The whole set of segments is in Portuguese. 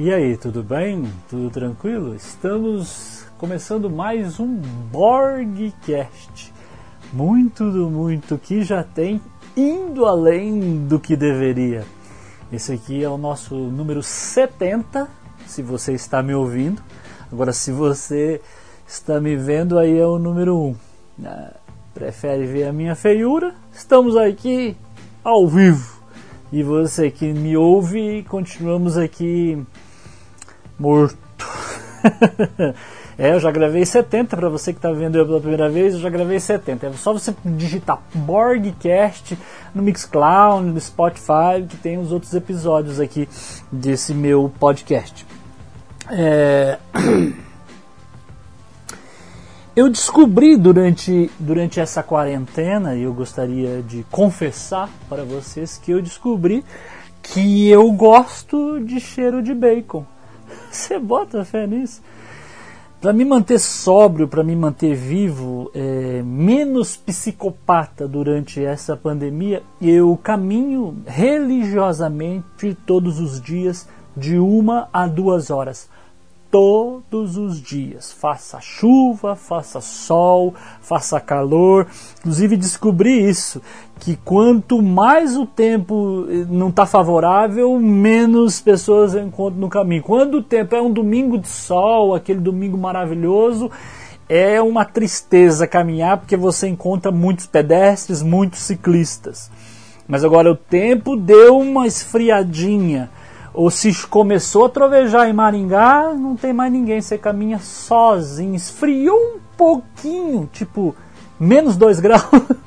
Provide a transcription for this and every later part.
E aí, tudo bem? Tudo tranquilo? Estamos começando mais um Borgcast. Muito que já tem, indo além do que deveria. Esse aqui é o nosso número 70, se você está me ouvindo. Agora, se você está me vendo, aí é o número 1. Prefere ver a minha feiura? Estamos aqui ao vivo. E você que me ouve, continuamos aqui morto. Eu já gravei 70, para você que está vendo eu pela primeira vez, eu já gravei 70. É só você digitar Borgcast no Mixcloud, no Spotify, que tem os outros episódios aqui desse meu podcast. Eu descobri durante essa quarentena, e eu gostaria de confessar para vocês que eu descobri que eu gosto de cheiro de bacon. Você bota fé nisso? Para me manter sóbrio, para me manter vivo, menos psicopata durante essa pandemia, eu caminho religiosamente todos os dias de 1 a 2 horas. Todos os dias, faça chuva, faça sol, faça calor. Inclusive descobri isso, que quanto mais o tempo não está favorável, menos pessoas eu encontro no caminho. Quando o tempo é um domingo de sol, aquele domingo maravilhoso, é uma tristeza caminhar, porque você encontra muitos pedestres, muitos ciclistas. Mas agora o tempo deu uma esfriadinha, ou se começou a trovejar em Maringá, não tem mais ninguém, você caminha sozinho, esfriou um pouquinho, tipo, menos 2 graus,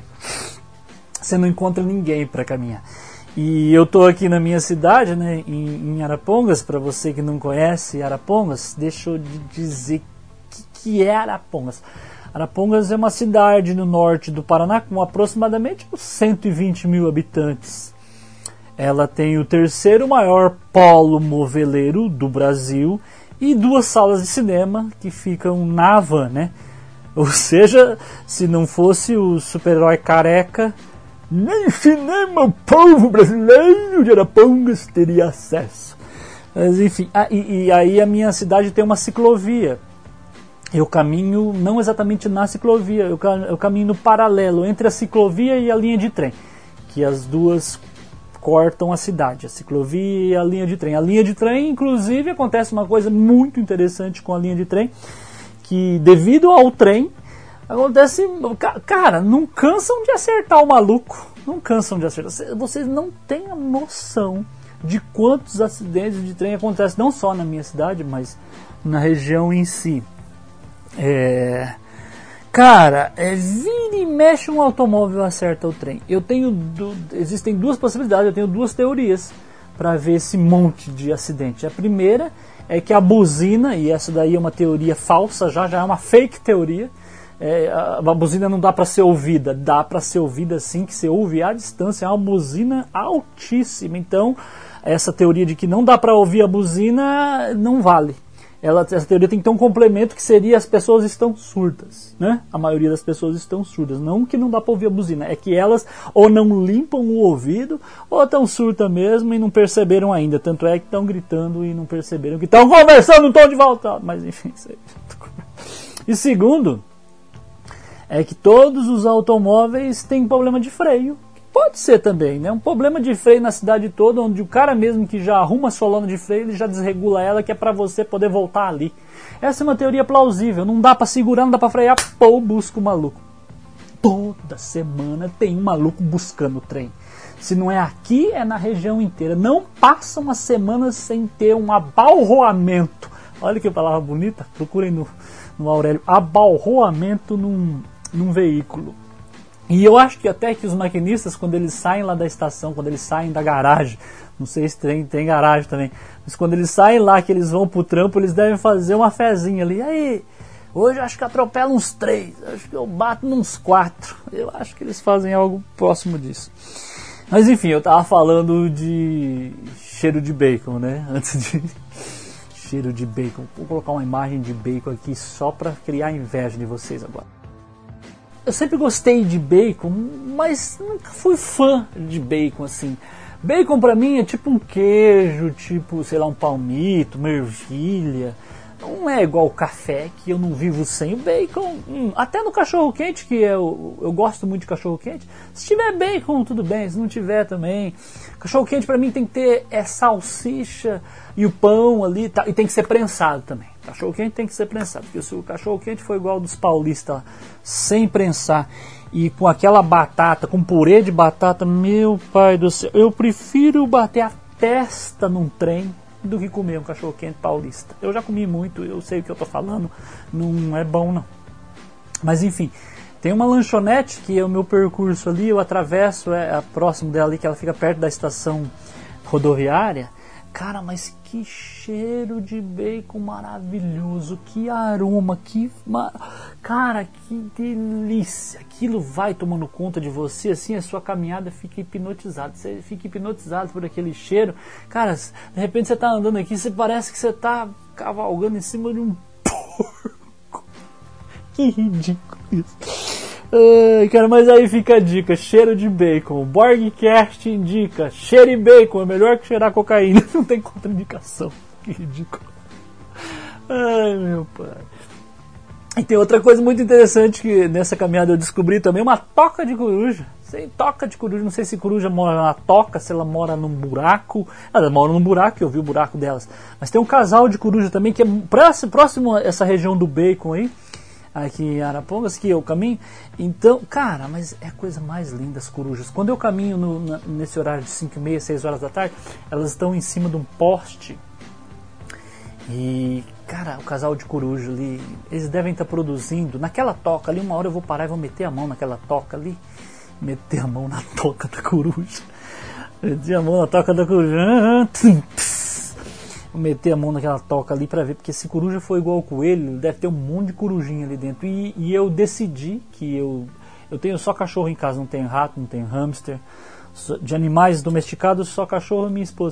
você não encontra ninguém para caminhar. E eu tô aqui na minha cidade, né, em Arapongas. Para você que não conhece Arapongas, deixa eu dizer o que é Arapongas. Arapongas é uma cidade no norte do Paraná com aproximadamente 120 mil habitantes. Ela tem o 3º maior polo moveleiro do Brasil e 2 salas de cinema que ficam na Havan, né? Ou seja, se não fosse o super-herói careca, nem cinema o povo brasileiro de Arapongas teria acesso. Mas enfim, e aí a minha cidade tem uma ciclovia. Eu caminho não exatamente na ciclovia, eu caminho no paralelo entre a ciclovia e a linha de trem, que as duas cortam a cidade, a ciclovia e a linha de trem. A linha de trem, inclusive, acontece uma coisa muito interessante com a linha de trem, que devido ao trem, acontece... Cara, não cansam de acertar o maluco. Não cansam de acertar. Vocês não têm a noção de quantos acidentes de trem acontecem, não só na minha cidade, mas na região em si. Cara, vira e mexe um automóvel acerta o trem. Existem 2 possibilidades, eu tenho 2 teorias para ver esse monte de acidente. A primeira é que a buzina, e essa daí é uma teoria falsa, já é uma fake teoria, a buzina não dá para ser ouvida, dá para ser ouvida sim, que você ouve à distância, é uma buzina altíssima. Então, essa teoria de que não dá para ouvir a buzina não vale. Essa teoria tem que ter um complemento que seria as pessoas estão surdas, né? A maioria das pessoas estão surdas, não que não dá para ouvir a buzina, é que elas ou não limpam o ouvido ou estão surdas mesmo e não perceberam ainda, tanto é que estão gritando e não perceberam que estão conversando no tom de volta, mas enfim, isso aí. E segundo, é que todos os automóveis têm problema de freio. Pode ser também, né? Um problema de freio na cidade toda, onde o cara mesmo que já arruma a sua lona de freio, ele já desregula ela, que é pra você poder voltar ali. Essa é uma teoria plausível, não dá pra segurar, não dá pra frear, busca o maluco. Toda semana tem um maluco buscando o trem. Se não é aqui, é na região inteira. Não passa uma semana sem ter um abalroamento. Olha que palavra bonita, procurem no Aurélio. Abalroamento num veículo. E eu acho que até que os maquinistas, quando eles saem lá da estação, quando eles saem da garagem, não sei se tem garagem também, mas quando eles saem lá, que eles vão pro trampo, eles devem fazer uma fezinha ali. E aí, hoje eu acho que atropelo uns 3, acho que eu bato nos 4. Eu acho que eles fazem algo próximo disso. Mas enfim, eu tava falando de cheiro de bacon, né? Antes de... cheiro de bacon. Vou colocar uma imagem de bacon aqui só pra criar inveja de vocês agora. Eu sempre gostei de bacon, mas nunca fui fã de bacon assim. Bacon pra mim é tipo um queijo, tipo, sei lá, um palmito, uma ervilha. Não é igual o café, que eu não vivo sem o bacon. Até no cachorro quente, que eu gosto muito de cachorro quente. Se tiver bacon, tudo bem. Se não tiver também. Cachorro quente pra mim tem que ter salsicha e o pão ali. Tá, e tem que ser prensado também. Cachorro quente tem que ser prensado. Porque se o cachorro quente for igual dos paulistas, sem prensar e com aquela batata, com purê de batata, meu pai do céu. Eu prefiro bater a testa num trem do que comer um cachorro quente paulista. Eu já comi muito, eu sei o que eu tô falando, não é bom não. Mas enfim, tem uma lanchonete que é o meu percurso ali, eu atravesso, próximo dela ali, que ela fica perto da estação rodoviária. Cara, mas que cheiro de bacon maravilhoso, que aroma, cara, que delícia. Aquilo vai tomando conta de você, assim, a sua caminhada fica hipnotizada. Você fica hipnotizado por aquele cheiro. Cara, de repente você tá andando aqui, você parece que você tá cavalgando em cima de um porco. Que ridículo isso. Ai, cara, mas aí fica a dica, cheiro de bacon. O Borgcast indica, cheire bacon, é melhor que cheirar cocaína. Não tem contraindicação. Que ridículo. Ai, meu pai. E tem outra coisa muito interessante que nessa caminhada eu descobri também, uma toca de coruja. Sei, toca de coruja, não sei se coruja mora na toca, se ela mora num buraco. Ela mora num buraco, eu vi o buraco delas. Mas tem um casal de coruja também que é próximo a essa região do bacon aí. Aqui em Arapongas, que eu caminho. Então, cara, mas é a coisa mais linda as corujas. Quando eu caminho nesse horário de 5h30, 6 horas da tarde, elas estão em cima de um poste. E, cara, o casal de coruja ali, eles devem estar produzindo naquela toca ali. Uma hora eu vou parar e vou meter a mão naquela toca ali. Meter a mão na toca da coruja. Meter a mão na toca da coruja. Vou meter a mão naquela toca ali pra ver, porque se coruja for igual ao coelho, deve ter um monte de corujinha ali dentro. E eu decidi que eu tenho só cachorro em casa, não tenho rato, não tenho hamster. De animais domesticados, só cachorro e minha esposa.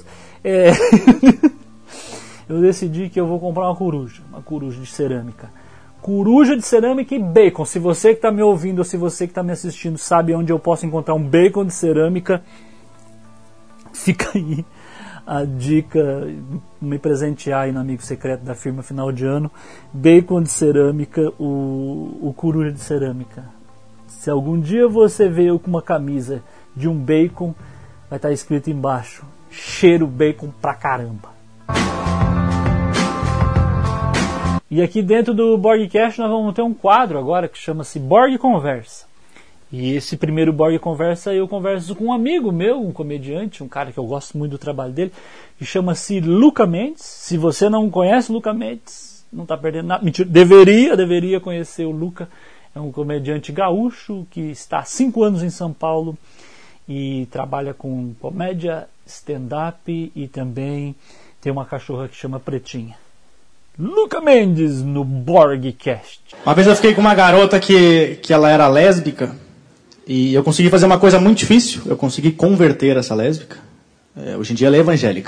Eu decidi que eu vou comprar uma coruja de cerâmica. Coruja de cerâmica e bacon. Se você que está me ouvindo ou se você que está me assistindo sabe onde eu posso encontrar um bacon de cerâmica, fica aí a dica, me presentear aí no amigo secreto da firma final de ano. Bacon de cerâmica, o coruja de cerâmica. Se algum dia você veio com uma camisa de um bacon, vai estar escrito embaixo: cheiro bacon pra caramba. E aqui dentro do Borgcast nós vamos ter um quadro agora que chama-se Borg Conversa. E esse primeiro Borg Conversa eu converso com um amigo meu, um comediante, um cara que eu gosto muito do trabalho dele, que chama-se Luca Mendes. Se você não conhece o Luca Mendes, não está perdendo nada. Mentira, deveria conhecer o Luca. É um comediante gaúcho que está há 5 anos em São Paulo e trabalha com comédia, stand-up e também tem uma cachorra que chama Pretinha. Luca Mendes no Borgcast. Uma vez eu fiquei com uma garota que ela era lésbica e eu consegui fazer uma coisa muito difícil. Eu consegui converter essa lésbica. Hoje em dia ela é evangélica.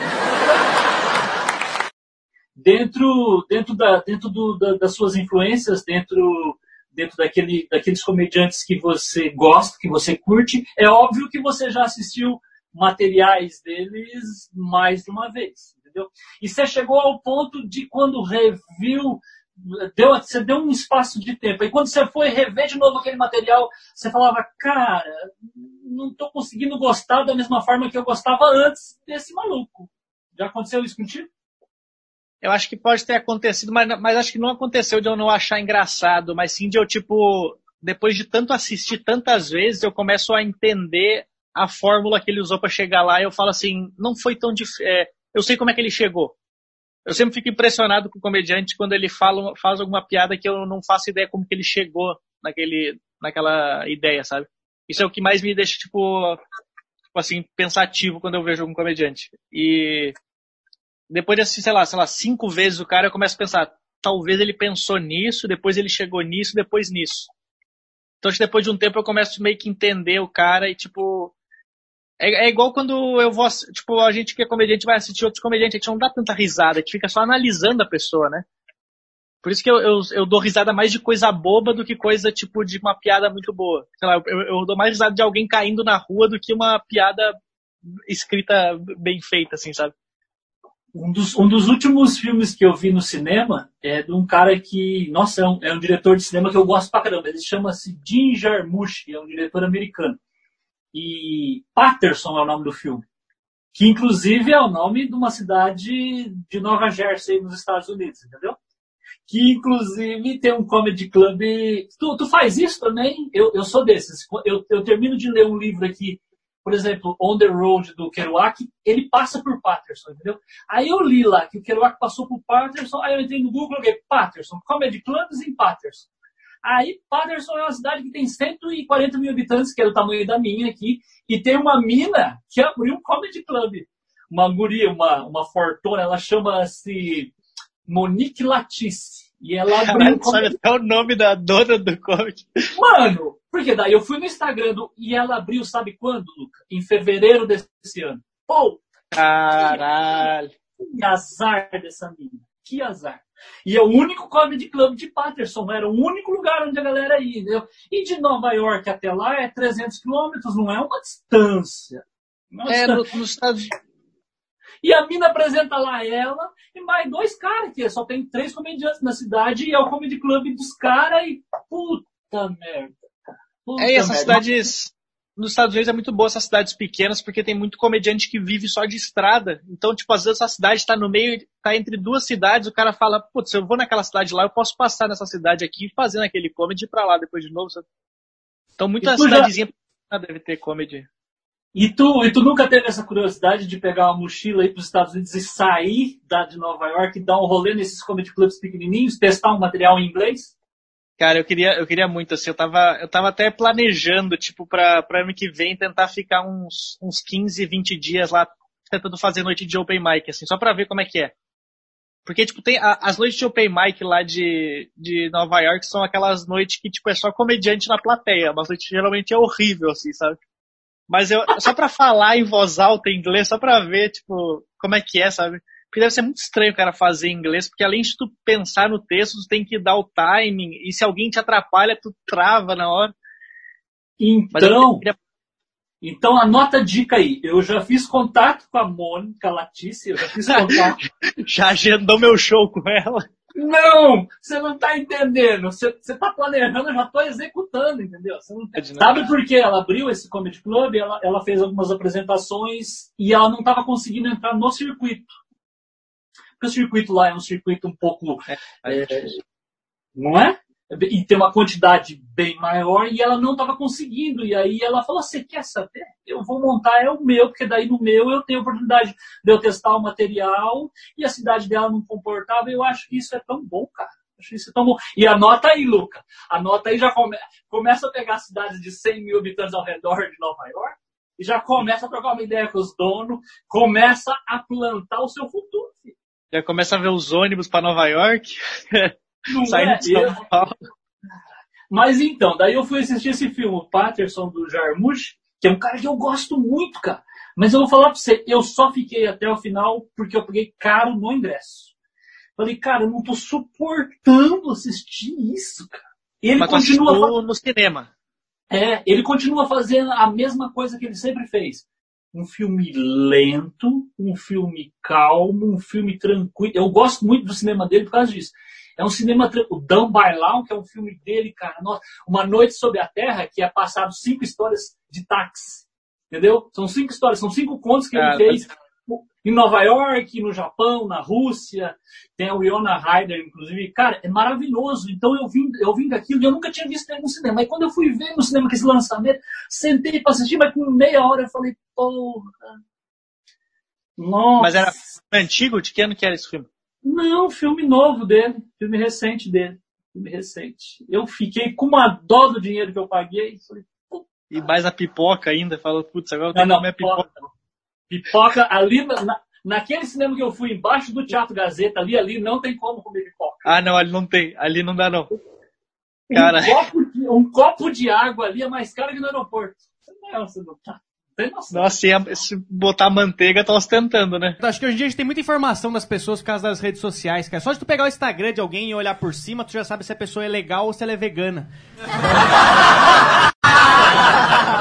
Dentro das suas influências, dentro daqueles comediantes que você gosta, que você curte, é óbvio que você já assistiu materiais deles mais de uma vez. Entendeu? E você chegou ao ponto de quando reviu, você deu um espaço de tempo. E quando você foi rever de novo aquele material, você falava, cara, não estou conseguindo gostar da mesma forma que eu gostava antes desse maluco. Já aconteceu isso contigo? Eu acho que pode ter acontecido, mas acho que não aconteceu de eu não achar engraçado, mas sim de eu, tipo, depois de tanto assistir tantas vezes, eu começo a entender a fórmula que ele usou para chegar lá e eu falo assim, não foi tão difícil. Eu sei como é que ele chegou. Eu sempre fico impressionado com o comediante quando ele faz alguma piada que eu não faço ideia como que ele chegou naquela ideia, sabe? Isso é o que mais me deixa, tipo assim, pensativo quando eu vejo algum comediante. E depois de assistir, sei lá, 5 vezes o cara, eu começo a pensar, talvez ele pensou nisso, depois ele chegou nisso, depois nisso. Então, depois de um tempo eu começo meio que entender o cara e, tipo... É igual quando eu vou, tipo, a gente que é comediante vai assistir outros comediantes, a gente não dá tanta risada, a gente fica só analisando a pessoa, né? Por isso que eu dou risada mais de coisa boba do que coisa, tipo, de uma piada muito boa. Sei lá, eu dou mais risada de alguém caindo na rua do que uma piada escrita bem feita, assim, sabe? Um dos últimos filmes que eu vi no cinema é de um cara que, nossa, é um diretor de cinema que eu gosto pra caramba. Ele chama-se Jim Jarmusch, é um diretor americano. E Paterson é o nome do filme. Que, inclusive, é o nome de uma cidade de Nova Jersey, nos Estados Unidos, entendeu? Que, inclusive, tem um comedy club... Tu faz isso também? Eu sou desses. Eu termino de ler um livro aqui, por exemplo, On the Road, do Kerouac, ele passa por Paterson, entendeu? Aí eu li lá que o Kerouac passou por Paterson, aí eu entrei no Google e coloquei Paterson, Comedy Clubs em Paterson. Aí Paterson é uma cidade que tem 140 mil habitantes, que é o tamanho da minha aqui, e tem uma mina que abriu um Comedy Club. Uma guria, uma fortuna, ela chama-se Monique Latice. E ela abriu sabe até o nome da dona do comedy. Mano, porque daí eu fui no Instagram e ela abriu, sabe quando, Luca? Em fevereiro desse ano. Pô! Caralho! Que azar dessa mina. Que azar. E é o único comedy club de Paterson. Era o único lugar onde a galera ia, entendeu? E de Nova York até lá é 300 quilômetros, não é uma distância. Nos Estados Unidos. E a mina apresenta lá ela e mais 2 caras, que só tem 3 comediantes na cidade, e é o comedy club dos caras, e puta merda. E essas cidades, nos Estados Unidos é muito boa essas cidades pequenas, porque tem muito comediante que vive só de estrada. Então, tipo, às vezes essa cidade tá no meio, tá entre 2 cidades, o cara fala, putz, se eu vou naquela cidade lá, eu posso passar nessa cidade aqui, fazendo aquele comedy pra lá depois de novo, sabe? Então, muita cidadezinha deve ter comedy. E tu nunca teve essa curiosidade de pegar uma mochila aí para os Estados Unidos e sair de Nova York e dar um rolê nesses comedy clubs pequenininhos, testar um material em inglês? Cara, eu queria muito, assim, eu tava até planejando, tipo, pra ano que vem tentar ficar uns 15, 20 dias lá, tentando fazer noite de open mic, assim, só pra ver como é que é. Porque, tipo, tem as noites de open mic lá de Nova York são aquelas noites que, tipo, é só comediante na plateia, mas noite geralmente é horrível, assim, sabe? Mas só pra falar em voz alta em inglês, só pra ver, tipo, como é que é, sabe? Porque deve ser muito estranho o cara fazer em inglês, porque além de tu pensar no texto, tu tem que dar o timing, e se alguém te atrapalha, tu trava na hora. Então anota a dica aí. Eu já fiz contato com a Mônica Latice, eu já fiz contato. Já agendou meu show com ela. Não! Você não tá entendendo. Você tá planejando, eu já tô executando, entendeu? Você não... Sabe por quê? Ela abriu esse comedy club, ela fez algumas apresentações e ela não tava conseguindo entrar no circuito. Porque o circuito lá é um circuito um pouco... não é? E tem uma quantidade bem maior e ela não estava conseguindo. E aí ela falou, você quer saber? Eu vou montar o meu, porque daí no meu eu tenho a oportunidade de eu testar o material e a cidade dela não comportava. Eu acho que isso é tão bom, cara. Acho isso é tão bom. E anota aí, Luca. Anota aí, já começa a pegar cidades de 100 mil habitantes ao redor de Nova York e já começa a trocar uma ideia com os donos, começa a plantar o seu futuro, filho. Já começa a ver os ônibus para Nova York. Não saindo de São Paulo. Mas então, daí eu fui assistir esse filme, o Paterson, do Jarmusch, que é um cara que eu gosto muito, cara. Mas eu vou falar pra você, eu só fiquei até o final porque eu peguei caro no ingresso. Falei, cara, eu não tô suportando assistir isso, cara. Ele continua no cinema. Ele continua fazendo a mesma coisa que ele sempre fez. Um filme lento, um filme calmo, um filme tranquilo. Eu gosto muito do cinema dele por causa disso. É um cinema... O Down by Law, que é um filme dele, cara. Nossa, Uma Noite Sob a Terra, que é passado 5 histórias de táxi. Entendeu? São 5 histórias, são 5 contos que ele fez em Nova York, no Japão, na Rússia. Tem a Winona Ryder, inclusive. Cara, é maravilhoso. Então eu vim daquilo e eu nunca tinha visto ele no cinema. Aí quando eu fui ver no cinema com esse lançamento, sentei pra assistir, mas com meia hora eu falei, porra. Nossa. Mas era antigo? De que ano que era esse filme? Não, filme novo dele. Filme recente dele. Filme recente. Eu fiquei com uma dó do dinheiro que eu paguei. Falei, e mais a pipoca ainda. Falou, putz, agora eu tenho que comer pipoca. Pipoca ali, naquele cinema que eu fui, embaixo do Teatro Gazeta, ali não tem como comer pipoca. Ah, não, ali não tem. Ali não dá, não. Cara... Um copo de água ali é mais caro que no aeroporto. Você não tá... Nossa, se botar manteiga, tá ostentando, né? Acho que hoje em dia a gente tem muita informação das pessoas por causa das redes sociais, cara. Só de tu pegar o Instagram de alguém e olhar por cima, tu já sabe se a pessoa é legal ou se ela é vegana.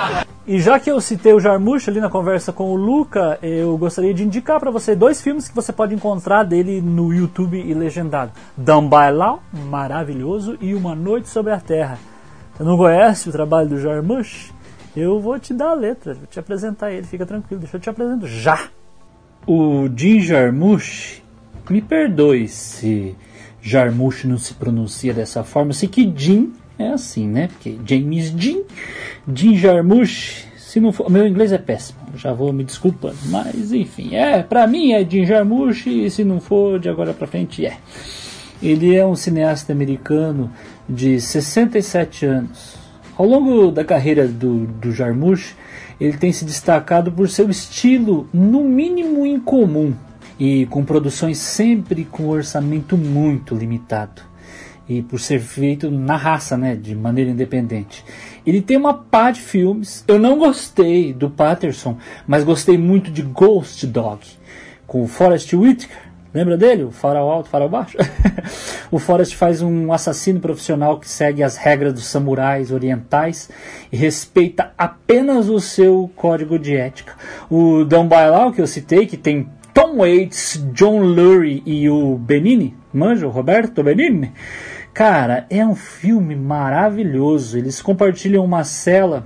E já que eu citei o Jarmusch ali na conversa com o Luca, eu gostaria de indicar para você 2 filmes que você pode encontrar dele no YouTube e legendado. Down by Law, maravilhoso, e Uma Noite Sobre a Terra. Você não conhece o trabalho do Jarmusch? Eu vou te dar a letra, vou te apresentar ele, fica tranquilo, deixa eu te apresentar já. O Jim Jarmusch, me perdoe se Jarmusch não se pronuncia dessa forma, eu sei que Jim é assim, né? Porque James Jim Jarmusch, se não for, meu inglês é péssimo, já vou me desculpando, mas enfim, pra mim é Jim Jarmusch e se não for de agora pra frente é. Ele é um cineasta americano de 67 anos. Ao longo da carreira do Jarmusch, ele tem se destacado por seu estilo no mínimo incomum e com produções sempre com orçamento muito limitado. E por ser feito na raça, né, de maneira independente. Ele tem uma pá de filmes. Eu não gostei do Patterson, mas gostei muito de Ghost Dog, com o Forest Whitaker. Lembra dele? O farol alto, farol baixo? O Forrest faz um assassino profissional que segue as regras dos samurais orientais e respeita apenas o seu código de ética. O Down by Law, que eu citei, que tem Tom Waits, John Lurie e o Benigni, manja, o Roberto Benigni. Cara, é um filme maravilhoso. Eles compartilham uma cela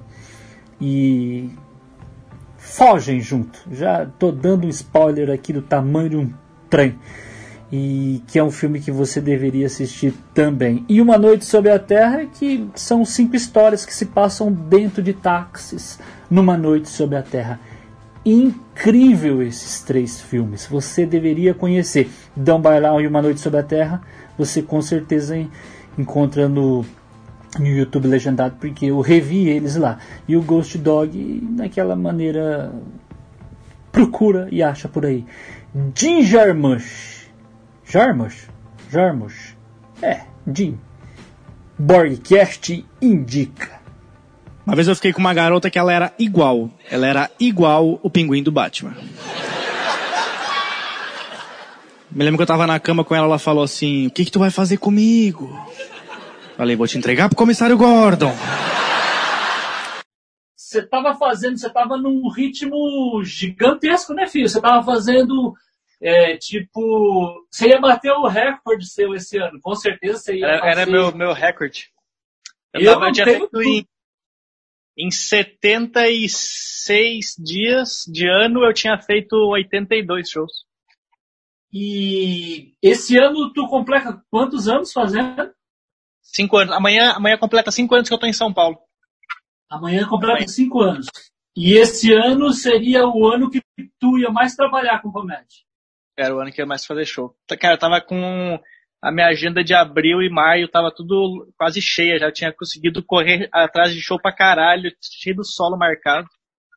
e fogem junto. Já tô dando um spoiler aqui do tamanho de um trem. E que é um filme que você deveria assistir também. E Uma Noite Sobre a Terra, que são 5 histórias que se passam dentro de táxis numa noite sobre a Terra. Incrível esses 3 filmes. Você deveria conhecer. Down by Law e Uma Noite Sobre a Terra. Você com certeza encontra no YouTube legendado, porque eu revi eles lá. E o Ghost Dog, naquela maneira, procura e acha por aí. Jim Jarmusch. Jarmusch. Jim. Borgcast indica. Uma vez eu fiquei com uma garota que ela era igual o pinguim do Batman. Me lembro que eu tava na cama com ela falou assim, o que tu vai fazer comigo? Falei, vou te entregar pro comissário Gordon. Você tava num ritmo gigantesco, né, filho? Você tava fazendo, você ia bater o recorde seu esse ano, com certeza você ia fazer... Era meu recorde. Eu tinha feito em 76 dias de ano, eu tinha feito 82 shows. E esse ano tu completa quantos anos fazendo? 5 anos. Amanhã completa 5 anos que eu tô em São Paulo. Amanhã completa 5 anos. E esse ano seria o ano que tu ia mais trabalhar com comédia? Era o ano que eu ia mais fazer show. Cara, eu tava com a minha agenda de abril e maio, tava tudo quase cheia. Já tinha conseguido correr atrás de show pra caralho, cheio do solo marcado.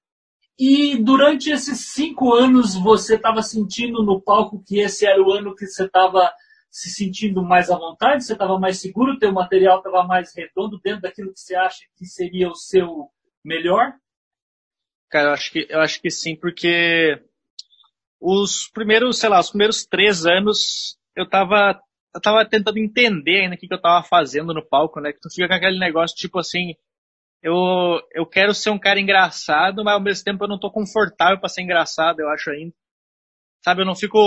E durante esses 5 anos, você estava sentindo no palco que esse era o ano que você estava se sentindo mais à vontade? Você estava mais seguro? Teu material estava mais redondo dentro daquilo que você acha que seria o seu melhor? Cara, eu acho que sim, porque os primeiros 3 anos eu tava tentando entender ainda o que eu tava fazendo no palco, né? Que tu fica com aquele negócio tipo assim, eu quero ser um cara engraçado, mas ao mesmo tempo eu não tô confortável pra ser engraçado, eu acho ainda. Sabe, eu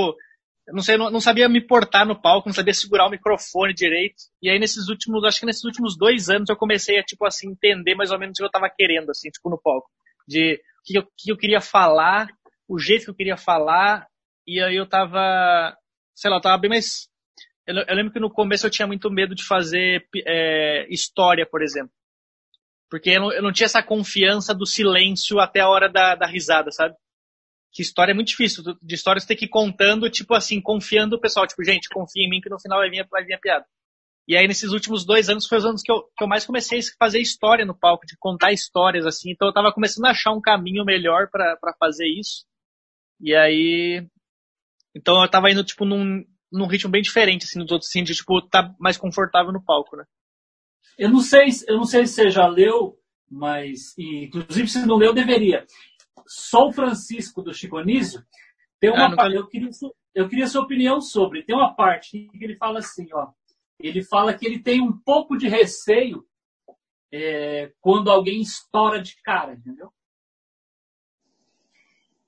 não sabia me portar no palco, não sabia segurar o microfone direito. E aí nesses últimos 2 anos eu comecei a, tipo assim, entender mais ou menos o que eu tava querendo, assim, tipo, no palco. De o que eu queria falar, o jeito que eu queria falar, e aí eu tava bem mais... Eu lembro que no começo eu tinha muito medo de fazer história, por exemplo. Porque eu não tinha essa confiança do silêncio até a hora da risada, sabe? Que história é muito difícil. De história você tem que ir contando, tipo assim, confiando o pessoal. Tipo, gente, confia em mim que no final vai vir a piada. E aí nesses últimos 2 anos foi os anos que eu mais comecei a fazer história no palco, de contar histórias, assim. Então eu tava começando a achar um caminho melhor pra fazer isso. E aí... Então eu tava indo, tipo, num ritmo bem diferente, assim, dos outros, assim, de, tipo, tá mais confortável no palco, né? Eu não sei se você já leu, mas, inclusive se não leu, deveria. Sou Francisco, do Chico Anísio, tem uma parte, eu queria sua opinião sobre, tem uma parte que ele fala assim, ó, ele fala que ele tem um pouco de receio quando alguém estoura de cara, entendeu?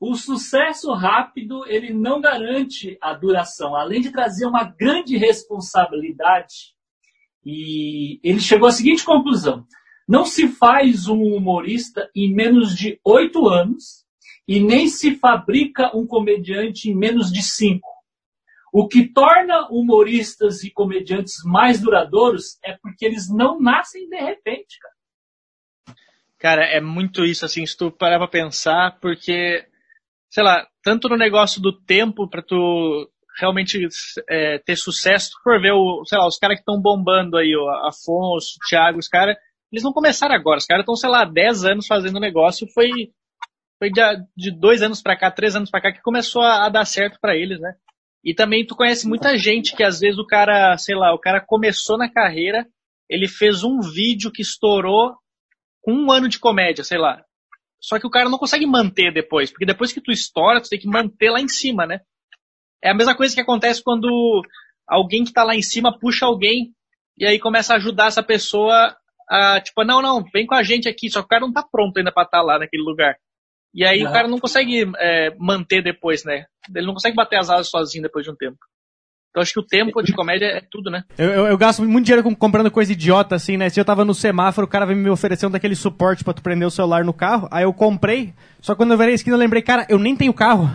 O sucesso rápido, ele não garante a duração. Além de trazer uma grande responsabilidade, e ele chegou à seguinte conclusão: não se faz um humorista em menos de 8 anos e nem se fabrica um comediante em menos de 5. O que torna humoristas e comediantes mais duradouros é porque eles não nascem de repente, cara. Cara, é muito isso, assim, se tu parar pra pensar, porque, sei lá, tanto no negócio do tempo pra tu realmente ter sucesso, se tu for ver, sei lá, os caras que estão bombando aí, o Afonso, o Thiago, os caras, eles não começaram agora, os caras estão, sei lá, 10 anos fazendo negócio, foi de 2 anos pra cá, 3 anos pra cá, que começou a dar certo pra eles, né? E também tu conhece muita gente que às vezes o cara, sei lá, o cara começou na carreira, ele fez um vídeo que estourou com 1 ano de comédia, sei lá. Só que o cara não consegue manter depois, porque depois que tu estoura, tu tem que manter lá em cima, né? É a mesma coisa que acontece quando alguém que tá lá em cima puxa alguém e aí começa a ajudar essa pessoa a, tipo, não, vem com a gente aqui, só que o cara não tá pronto ainda pra estar lá naquele lugar. E aí o cara não consegue manter depois, né? Ele não consegue bater as asas sozinho depois de um tempo. Então acho que o tempo de comédia é tudo, né? Eu gasto muito dinheiro comprando coisa idiota, assim, né? Se eu tava no semáforo, o cara veio me oferecer um daquele suporte pra tu prender o celular no carro, aí eu comprei, só que quando eu virei a esquina eu lembrei, cara, eu nem tenho carro.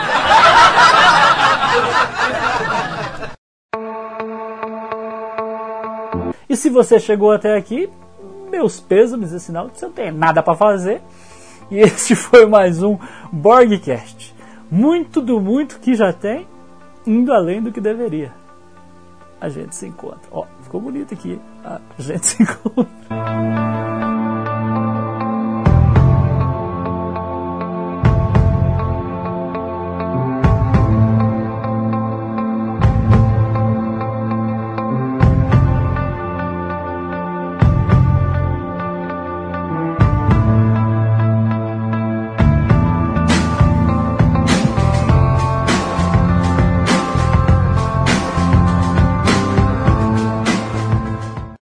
E se você chegou até aqui, meus pêsames, é sinal que você não tem nada pra fazer. E esse foi mais um Borgcast. Muito do muito que já tem, indo além do que deveria. A gente se encontra. Ó, ficou bonito aqui. A gente se encontra.